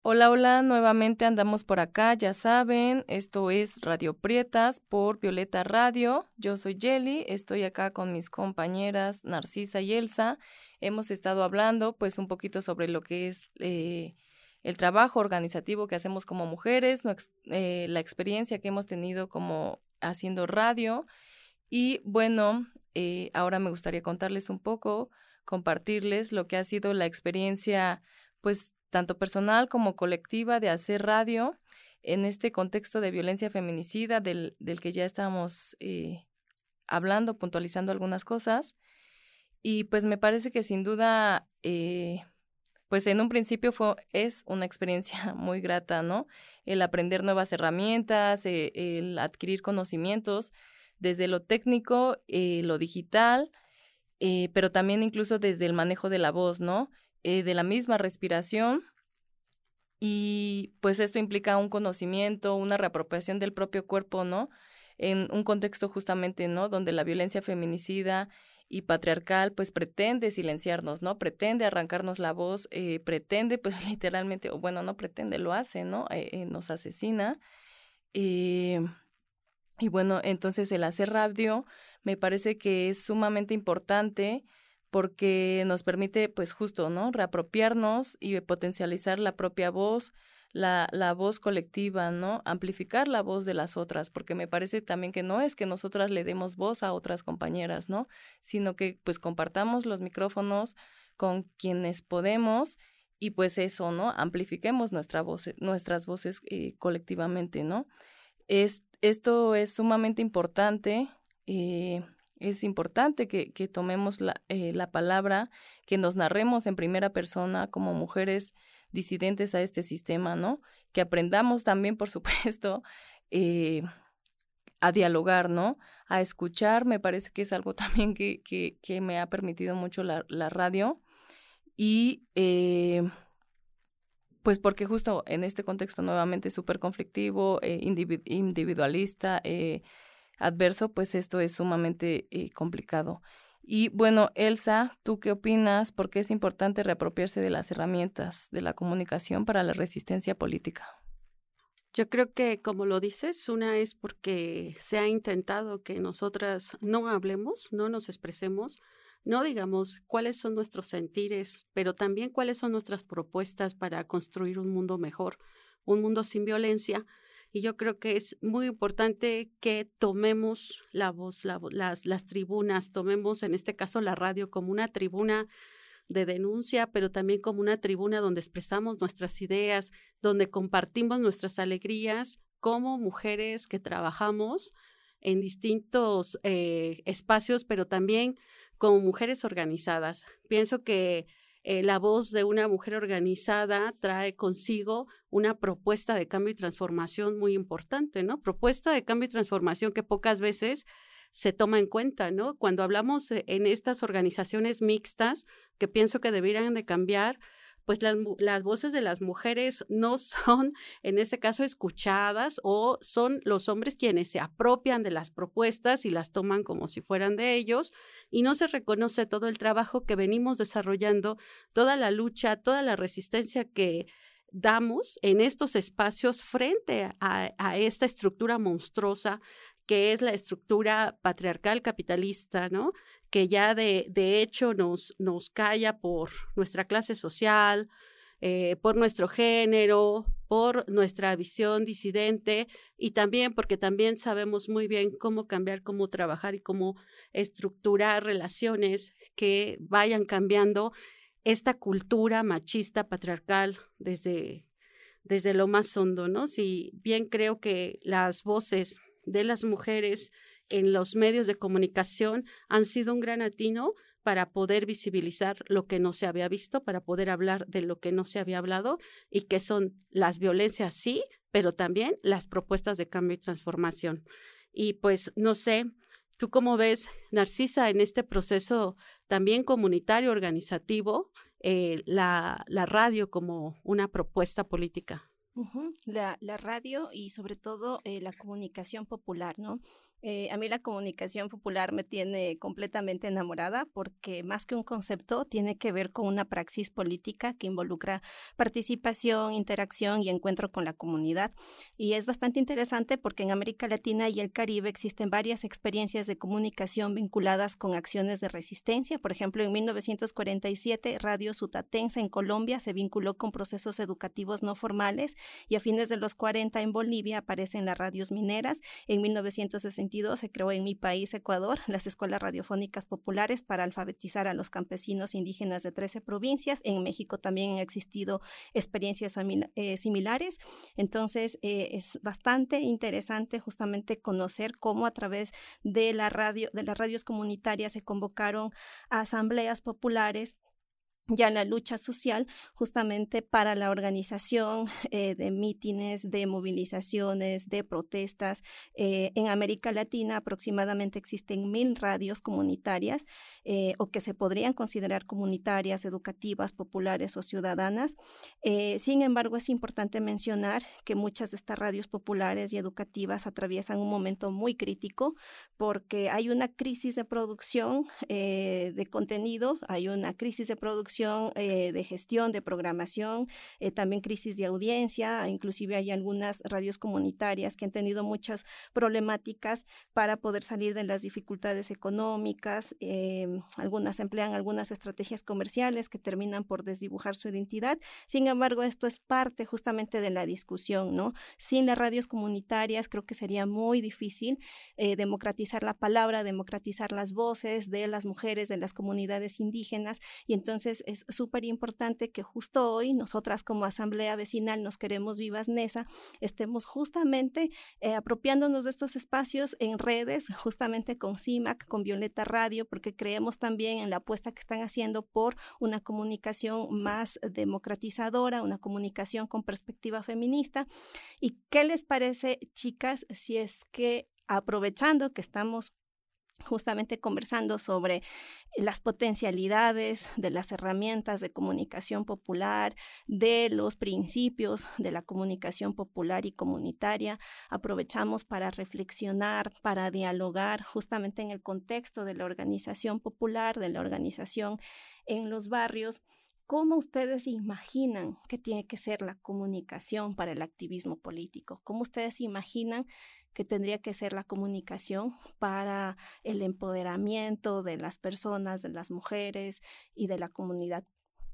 Hola, hola, nuevamente andamos por acá, ya saben, esto es Radio Prietas por Violeta Radio. Yo soy Yeli, estoy acá con mis compañeras Narcisa y Elsa. Hemos estado hablando pues un poquito sobre lo que es el trabajo organizativo que hacemos como mujeres, la experiencia que hemos tenido como haciendo radio. Y bueno, ahora me gustaría contarles un poco, compartirles lo que ha sido la experiencia, pues tanto personal como colectiva de hacer radio en este contexto de violencia feminicida del que ya estábamos hablando, puntualizando algunas cosas. Y pues me parece que sin duda, pues en un principio es una experiencia muy grata, ¿no? El aprender nuevas herramientas, el adquirir conocimientos desde lo técnico, lo digital, pero también incluso desde el manejo de la voz, ¿no? De la misma respiración. Y pues esto implica un conocimiento, una reapropiación del propio cuerpo, ¿no? En un contexto justamente, ¿no? Donde la violencia feminicida y patriarcal pues pretende silenciarnos, ¿no? Pretende arrancarnos la voz, pretende pues literalmente, o bueno, no pretende, lo hace, ¿no? Nos asesina. Eh, y bueno, entonces el hacer radio me parece que es sumamente importante porque nos permite, pues justo, ¿no? Reapropiarnos y potencializar la propia voz, la voz colectiva, ¿no? Amplificar la voz de las otras, porque me parece también que no es que nosotras le demos voz a otras compañeras, ¿no? Sino que pues compartamos los micrófonos con quienes podemos y pues eso, ¿no? Amplifiquemos nuestras voces colectivamente, ¿no? Esto es sumamente importante. Es importante que tomemos la palabra, que nos narremos en primera persona como mujeres disidentes a este sistema, ¿no? Que aprendamos también, por supuesto, eh, a dialogar, ¿no? A escuchar, me parece que es algo también que me ha permitido mucho la radio. Y pues porque justo en este contexto nuevamente súper conflictivo, individualista, adverso, pues esto es sumamente complicado. Y bueno, Elsa, ¿tú qué opinas? ¿Por qué es importante reapropiarse de las herramientas de la comunicación para la resistencia política? Yo creo que, como lo dices, una es porque se ha intentado que nosotras no hablemos, no nos expresemos, no digamos cuáles son nuestros sentires, pero también cuáles son nuestras propuestas para construir un mundo mejor, un mundo sin violencia. Y yo creo que es muy importante que tomemos la voz, las tribunas, tomemos en este caso la radio como una tribuna de denuncia, pero también como una tribuna donde expresamos nuestras ideas, donde compartimos nuestras alegrías como mujeres que trabajamos en distintos espacios, pero también como mujeres organizadas. Pienso que la voz de una mujer organizada trae consigo una propuesta de cambio y transformación muy importante, ¿no? Propuesta de cambio y transformación que pocas veces se toma en cuenta, ¿no? Cuando hablamos en estas organizaciones mixtas, que pienso que deberían de cambiar, pues las voces de las mujeres no son, en ese caso, escuchadas, o son los hombres quienes se apropian de las propuestas y las toman como si fueran de ellos, y no se reconoce todo el trabajo que venimos desarrollando, toda la lucha, toda la resistencia que damos en estos espacios frente a esta estructura monstruosa que es la estructura patriarcal capitalista, ¿no? Que ya de hecho nos calla por nuestra clase social, por nuestro género, por nuestra visión disidente y también porque también sabemos muy bien cómo cambiar, cómo trabajar y cómo estructurar relaciones que vayan cambiando esta cultura machista, patriarcal desde lo más hondo, ¿no? Si bien creo que las voces de las mujeres en los medios de comunicación han sido un gran atino para poder visibilizar lo que no se había visto, para poder hablar de lo que no se había hablado y que son las violencias, sí, pero también las propuestas de cambio y transformación. Y pues no sé, ¿tú cómo ves, Narcisa, en este proceso también comunitario, organizativo, la radio como una propuesta política? La radio y sobre todo la comunicación popular, ¿no? A mí la comunicación popular me tiene completamente enamorada porque más que un concepto tiene que ver con una praxis política que involucra participación, interacción y encuentro con la comunidad. Y es bastante interesante porque en América Latina y el Caribe existen varias experiencias de comunicación vinculadas con acciones de resistencia. Por ejemplo, en 1947, Radio Sutatensa en Colombia se vinculó con procesos educativos no formales y a fines de los 40 en Bolivia aparecen las radios mineras. En 1962 se creó en mi país, Ecuador, las escuelas radiofónicas populares para alfabetizar a los campesinos indígenas de 13 provincias. En México también han existido experiencias similares. Entonces, es bastante interesante justamente conocer cómo a través de las radios comunitarias se convocaron a asambleas populares ya en la lucha social, justamente para la organización de mítines, de movilizaciones, de protestas. En América Latina aproximadamente existen 1,000 radios comunitarias o que se podrían considerar comunitarias, educativas, populares o ciudadanas. Sin embargo, es importante mencionar que muchas de estas radios populares y educativas atraviesan un momento muy crítico porque hay una crisis de producción de contenido, hay una crisis de producción de gestión, de programación, también crisis de audiencia, inclusive hay algunas radios comunitarias que han tenido muchas problemáticas para poder salir de las dificultades económicas, algunas emplean algunas estrategias comerciales que terminan por desdibujar su identidad. Sin embargo, esto es parte justamente de la discusión, ¿no? Sin las radios comunitarias creo que sería muy difícil democratizar la palabra, democratizar las voces de las mujeres, de las comunidades indígenas, y entonces es súper importante que justo hoy nosotras como Asamblea Vecinal Nos Queremos Vivas NESA estemos justamente apropiándonos de estos espacios en redes, justamente con CIMAC, con Violeta Radio, porque creemos también en la apuesta que están haciendo por una comunicación más democratizadora, una comunicación con perspectiva feminista. ¿Y qué les parece, chicas, si es que aprovechando que estamos justamente conversando sobre las potencialidades de las herramientas de comunicación popular, de los principios de la comunicación popular y comunitaria, aprovechamos para reflexionar, para dialogar justamente en el contexto de la organización popular, de la organización en los barrios? ¿Cómo ustedes imaginan que tiene que ser la comunicación para el activismo político? ¿Cómo ustedes imaginan que tendría que ser la comunicación para el empoderamiento de las personas, de las mujeres y de la comunidad?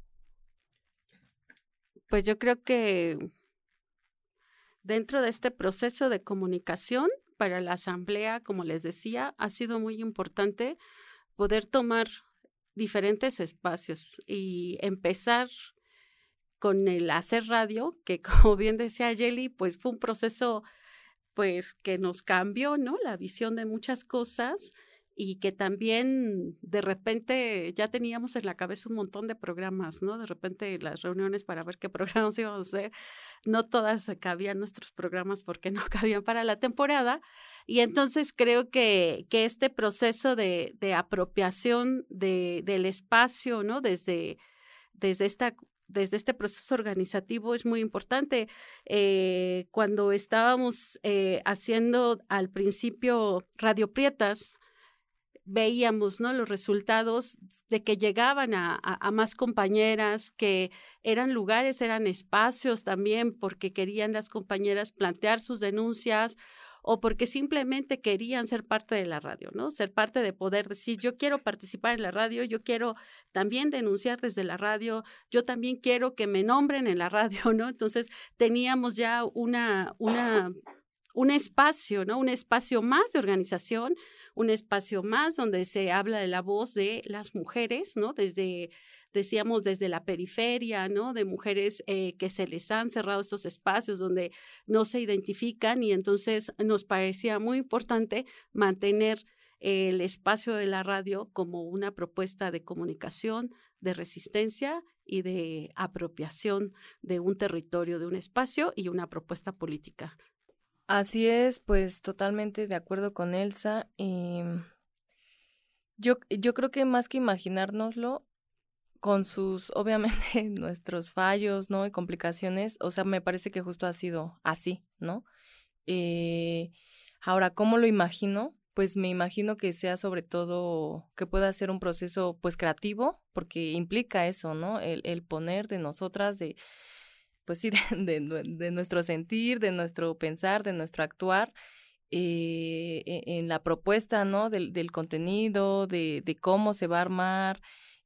Pues yo creo que dentro de este proceso de comunicación para la asamblea, como les decía, ha sido muy importante poder tomar diferentes espacios y empezar con el hacer radio, que como bien decía Yeli, pues fue un proceso pues que nos cambió, ¿no? La visión de muchas cosas y que también de repente ya teníamos en la cabeza un montón de programas, ¿no? De repente las reuniones para ver qué programas íbamos a hacer, no todas cabían nuestros programas porque no cabían para la temporada. Y entonces creo que este proceso de apropiación del espacio, ¿no? Desde este proceso organizativo es muy importante. Cuando estábamos haciendo al principio Radio Prietas, veíamos, ¿no?, los resultados de que llegaban a más compañeras, que eran lugares, eran espacios también porque querían las compañeras plantear sus denuncias o porque simplemente querían ser parte de la radio, ¿no? Ser parte de poder decir, yo quiero participar en la radio, yo quiero también denunciar desde la radio, yo también quiero que me nombren en la radio, ¿no? Entonces teníamos ya un espacio, ¿no? Un espacio más de organización, un espacio más donde se habla de la voz de las mujeres, ¿no? Decíamos desde la periferia, ¿no? De mujeres que se les han cerrado estos espacios donde no se identifican, y entonces nos parecía muy importante mantener el espacio de la radio como una propuesta de comunicación, de resistencia y de apropiación de un territorio, de un espacio y una propuesta política. Así es, pues totalmente de acuerdo con Elsa. Yo creo que más que imaginárnoslo, con sus, obviamente, nuestros fallos, ¿no? Y complicaciones, o sea, me parece que justo ha sido así, ¿no? Ahora, ¿cómo lo imagino? pues me imagino que sea sobre todo que pueda ser un proceso pues creativo, porque implica eso, ¿no? El poner de nosotras, pues sí, de nuestro sentir, de nuestro pensar, de nuestro actuar, en la propuesta, ¿no? Del contenido, de cómo se va a armar,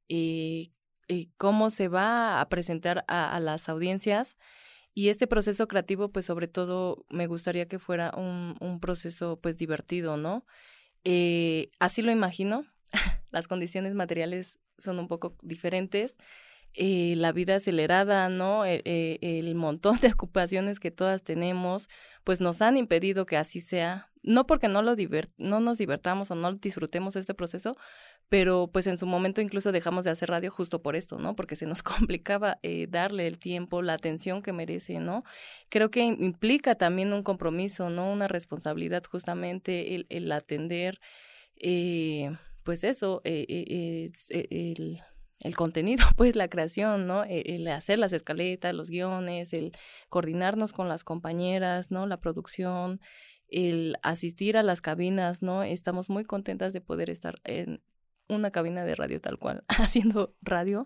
cómo se va a presentar a las audiencias. Y este proceso creativo, pues sobre todo me gustaría que fuera un proceso pues divertido, ¿no? Así lo imagino. Las condiciones materiales son un poco diferentes. La vida acelerada, ¿no? El montón de ocupaciones que todas tenemos, pues nos han impedido que así sea. No porque no nos divertamos o no disfrutemos este proceso, pero pues en su momento incluso dejamos de hacer radio justo por esto, ¿no? Porque se nos complicaba darle el tiempo, la atención que merece, ¿no? Creo que implica también un compromiso, ¿no? Una responsabilidad justamente el atender, pues eso, el contenido, pues la creación, ¿no? El hacer las escaletas, los guiones, el coordinarnos con las compañeras, ¿no? La producción, el asistir a las cabinas, ¿no? Estamos muy contentas de poder estar en una cabina de radio tal cual, haciendo radio,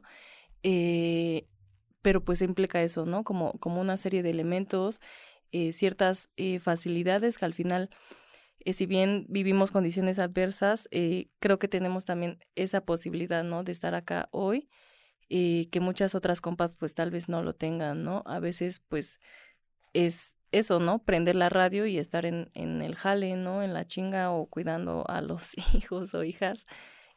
pero pues implica eso, ¿no? Como una serie de elementos, ciertas facilidades que al final, si bien vivimos condiciones adversas, creo que tenemos también esa posibilidad, ¿no? De estar acá hoy, que muchas otras compas pues tal vez no lo tengan, ¿no? A veces pues es eso, ¿no? Prender la radio y estar en el jale, ¿no? En la chinga o cuidando a los hijos o hijas,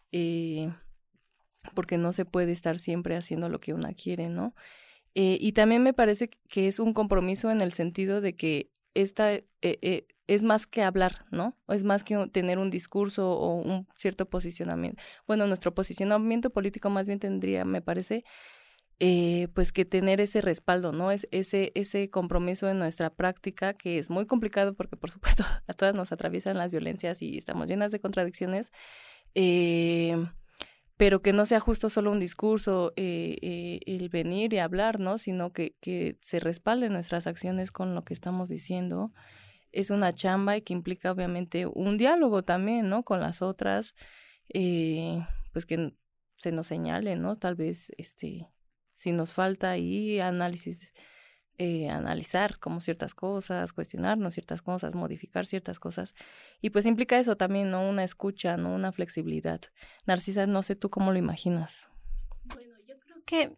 porque no se puede estar siempre haciendo lo que una quiere, ¿no? Y también me parece que es un compromiso en el sentido de que es más que hablar, ¿no? Es más que tener un discurso o un cierto posicionamiento. Bueno, nuestro posicionamiento político más bien tendría, me parece, pues que tener ese respaldo, ¿no? Ese compromiso en nuestra práctica, que es muy complicado porque, por supuesto, a todas nos atraviesan las violencias y estamos llenas de contradicciones, pero que no sea justo solo un discurso, el venir y hablar, ¿no? Sino que se respalden nuestras acciones con lo que estamos diciendo. Es una chamba y que implica obviamente un diálogo también, ¿no? Con las otras, pues que se nos señale, ¿no? Tal vez, si nos falta ahí analizar como ciertas cosas, cuestionarnos ciertas cosas, modificar ciertas cosas. Y pues implica eso también, ¿no? Una escucha, ¿no? Una flexibilidad. Narcisa, no sé tú cómo lo imaginas. Bueno, yo creo que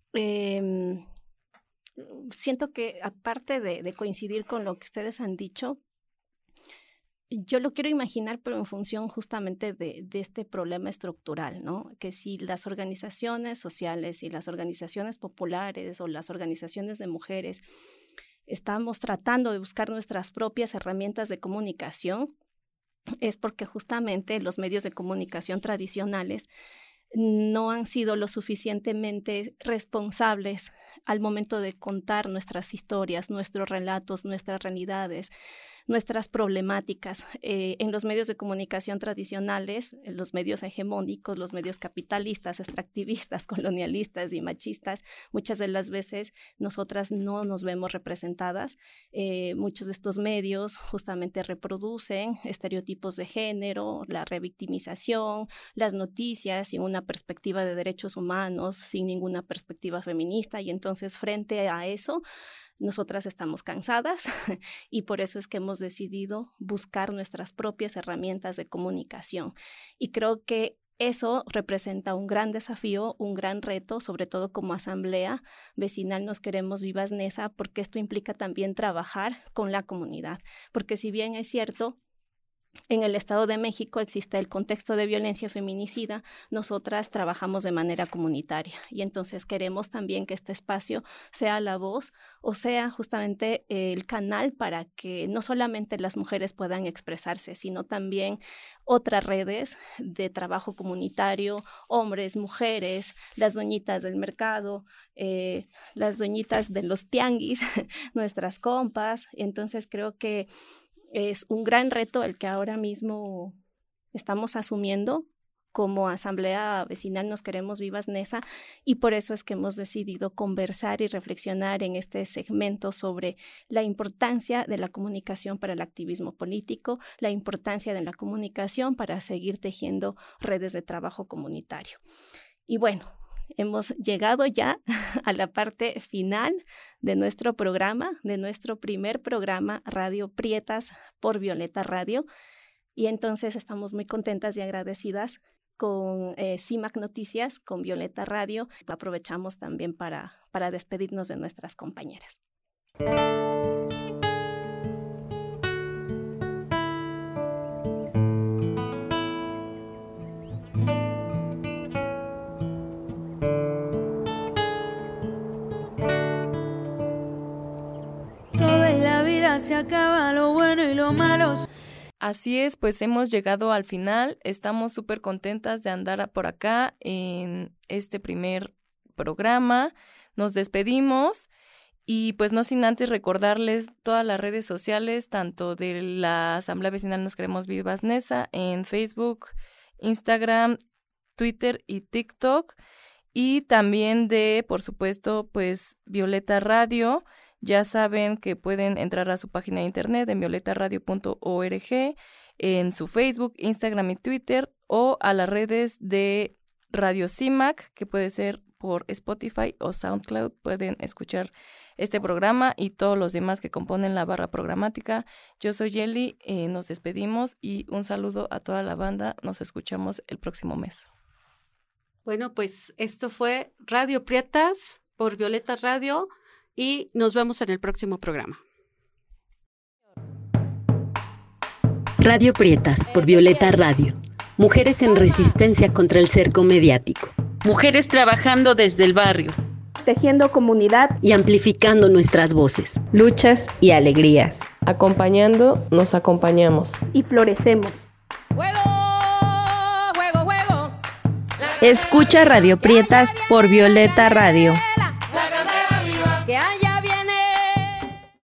siento que aparte de coincidir con lo que ustedes han dicho, yo lo quiero imaginar, pero en función justamente de este problema estructural, ¿no? Que si las organizaciones sociales y las organizaciones populares o las organizaciones de mujeres estamos tratando de buscar nuestras propias herramientas de comunicación, es porque justamente los medios de comunicación tradicionales no han sido lo suficientemente responsables al momento de contar nuestras historias, nuestros relatos, nuestras realidades, nuestras problemáticas. En los medios de comunicación tradicionales, en los medios hegemónicos, los medios capitalistas, extractivistas, colonialistas y machistas, muchas de las veces nosotras no nos vemos representadas. Muchos de estos medios justamente reproducen estereotipos de género, la revictimización, las noticias sin una perspectiva de derechos humanos, sin ninguna perspectiva feminista, y entonces frente a eso, nosotras estamos cansadas y por eso es que hemos decidido buscar nuestras propias herramientas de comunicación. Y creo que eso representa un gran desafío, un gran reto, sobre todo como asamblea vecinal Nos Queremos Vivas NESA, porque esto implica también trabajar con la comunidad. Porque si bien es cierto, en el Estado de México existe el contexto de violencia feminicida, nosotras trabajamos de manera comunitaria y entonces queremos también que este espacio sea la voz o sea justamente el canal para que no solamente las mujeres puedan expresarse, sino también otras redes de trabajo comunitario, hombres, mujeres, las doñitas del mercado, las doñitas de los tianguis, nuestras compas. Entonces creo que es un gran reto el que ahora mismo estamos asumiendo como Asamblea Vecinal Nos Queremos Vivas NESA, y por eso es que hemos decidido conversar y reflexionar en este segmento sobre la importancia de la comunicación para el activismo político, la importancia de la comunicación para seguir tejiendo redes de trabajo comunitario. Y bueno, hemos llegado ya a la parte final de nuestro programa, de nuestro primer programa Radio Prietas por Violeta Radio, y entonces estamos muy contentas y agradecidas con CIMAC Noticias, con Violeta Radio. Aprovechamos también para despedirnos de nuestras compañeras. Todo en la vida se acaba, lo bueno y lo malo. Así es, pues hemos llegado al final. Estamos súper contentas de andar por acá en este primer programa. Nos despedimos y pues no sin antes recordarles todas las redes sociales, tanto de la Asamblea Vecinal Nos Queremos Vivas NESA en Facebook, Instagram, Twitter y TikTok, y también de, por supuesto, pues Violeta Radio. Ya saben que pueden entrar a su página de internet en violetaradio.org, en su Facebook, Instagram y Twitter, o a las redes de Radio CIMAC, que puede ser por Spotify o SoundCloud. Pueden escuchar este programa y todos los demás que componen la barra programática. Yo soy Yeli, nos despedimos y un saludo a toda la banda. Nos escuchamos el próximo mes. Bueno, pues esto fue Radio Prietas por Violeta Radio. Y nos vemos en el próximo programa. Radio Prietas por Violeta Radio. Mujeres en resistencia contra el cerco mediático. Mujeres trabajando desde el barrio. Tejiendo comunidad y amplificando nuestras voces. Luchas y alegrías. Acompañando, nos acompañamos. Y florecemos. Escucha Radio Prietas por Violeta Radio.